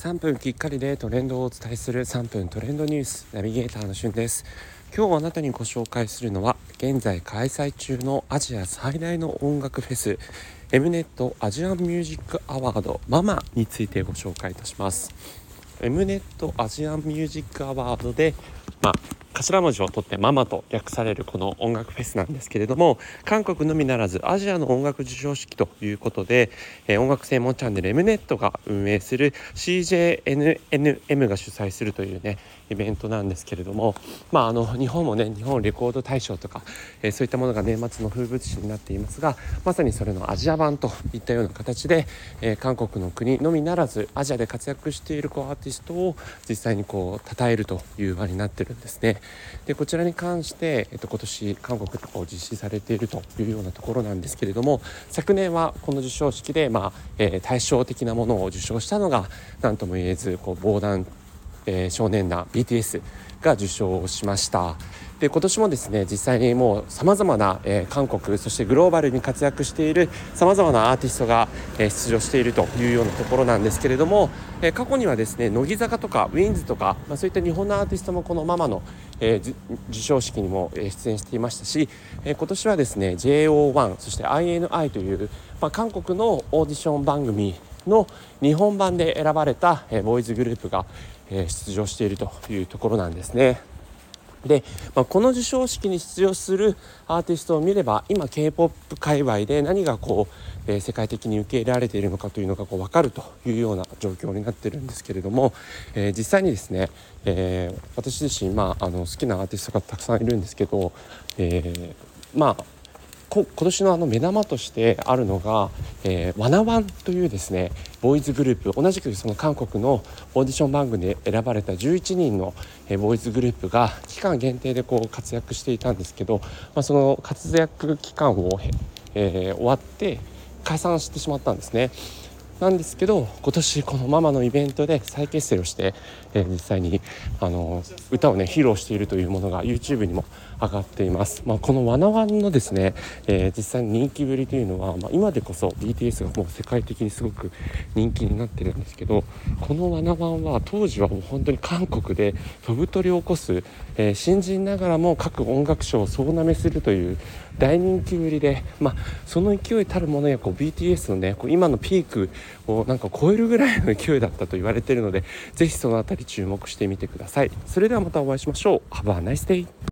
3分きっかりでトレンドをお伝えする3分トレンドニュースナビゲーターのしゅんです。今日あなたにご紹介するのは現在開催中のアジア最大の音楽フェス M ネットアジアンミュージックアワードママについてご紹介いたします。 M ネットアジアンミュージックアワードで頭文字を取ってママと略されるこの音楽フェスなんですけれども、韓国のみならずアジアの音楽授賞式ということで、音楽専門チャンネル M ネットが運営する CJNNM が主催するというねイベントなんですけれども、日本もね日本レコード大賞とか、そういったものが年末の風物詩になっていますが、まさにそれのアジア版といったような形で、韓国の国のみならずアジアで活躍しているアーティストを実際に称えるという場になってるんですね。でこちらに関して、今年韓国で実施されているというようなところなんですけれども、昨年はこの授賞式で、対照的なものを受賞したのが何とも言えず防弾、少年団 BTS が受賞をしました。で今年もですね実際にもうさまざまな、韓国そしてグローバルに活躍しているさまざまなアーティストが、出場しているというようなところなんですけれども、過去にはですね乃木坂とかウィンズとか、そういった日本のアーティストもこのママの、授賞式にも出演していましたし、今年はですね JO1 そして INI という、韓国のオーディション番組の日本版で選ばれた、ボーイズグループが、出場しているというところなんですね。で、この授賞式に出場するアーティストを見れば今 K-POP 界隈で何が世界的に受け入れられているのかというのが分かるというような状況になっているんですけれども、実際にですね、私自身、好きなアーティストがたくさんいるんですけど、今年の目玉としてあるのが、ワナワンというですねボーイズグループ、同じくその韓国のオーディション番組で選ばれた11人の、ボーイズグループが期間限定で活躍していたんですけど、その活躍期間を、終わって解散してしまったんですね。なんですけど今年このママのイベントで再結成をして、実際に歌をね披露しているというものが YouTube にも上がっています。このワナワンのですね、実際に人気ぶりというのは、今でこそ BTS がもう世界的にすごく人気になってるんですけど、このワナワンは当時はもう本当に韓国で飛ぶ鳥を起こす、新人ながらも各音楽賞を総なめするという大人気ぶりで、その勢いたるものやBTS のね今のピークを超えるぐらいの勢いだったと言われているので、ぜひそのあたり注目してみてください。それではまたお会いしましょう。Have a nice day.